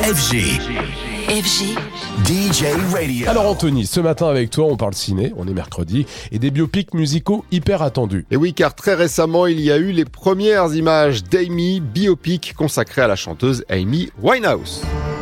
FG. FG. DJ Radio. Alors Anthony, ce matin avec toi, on parle ciné, on est mercredi, et des biopics musicaux hyper attendus. Et oui, car très récemment, il y a eu les premières images d'Amy, biopic consacré à la chanteuse Amy Winehouse.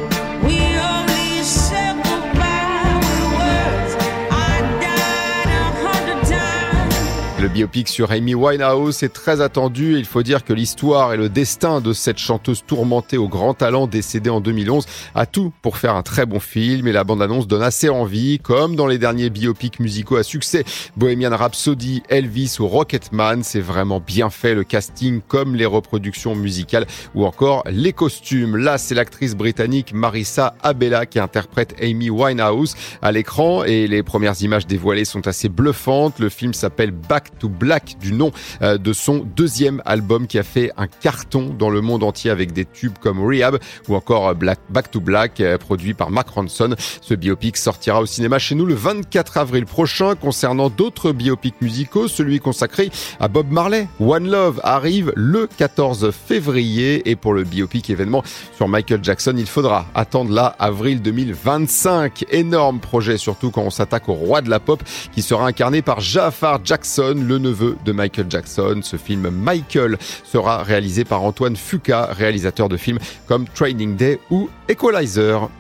Le biopic sur Amy Winehouse est très attendu et il faut dire que l'histoire et le destin de cette chanteuse tourmentée au grand talent décédée en 2011 a tout pour faire un très bon film et la bande-annonce donne assez envie, comme dans les derniers biopics musicaux à succès, Bohemian Rhapsody, Elvis ou Rocketman. C'est vraiment bien fait, le casting comme les reproductions musicales ou encore les costumes. Là, c'est l'actrice britannique Marissa Abela qui interprète Amy Winehouse à l'écran et les premières images dévoilées sont assez bluffantes. Le film s'appelle Back to Black, du nom de son deuxième album qui a fait un carton dans le monde entier avec des tubes comme Rehab ou encore Back to Black, produit par Mark Ronson. Ce biopic sortira au cinéma chez nous le 24 avril prochain. Concernant d'autres biopics musicaux, celui consacré à Bob Marley, One Love, arrive le 14 février et pour le biopic événement sur Michael Jackson, il faudra attendre là avril 2025. Énorme projet, surtout quand on s'attaque au roi de la pop qui sera incarné par Jafar Jackson, le neveu de Michael Jackson. Ce film Michael sera réalisé par Antoine Fuqua, réalisateur de films comme Training Day ou Equalizer.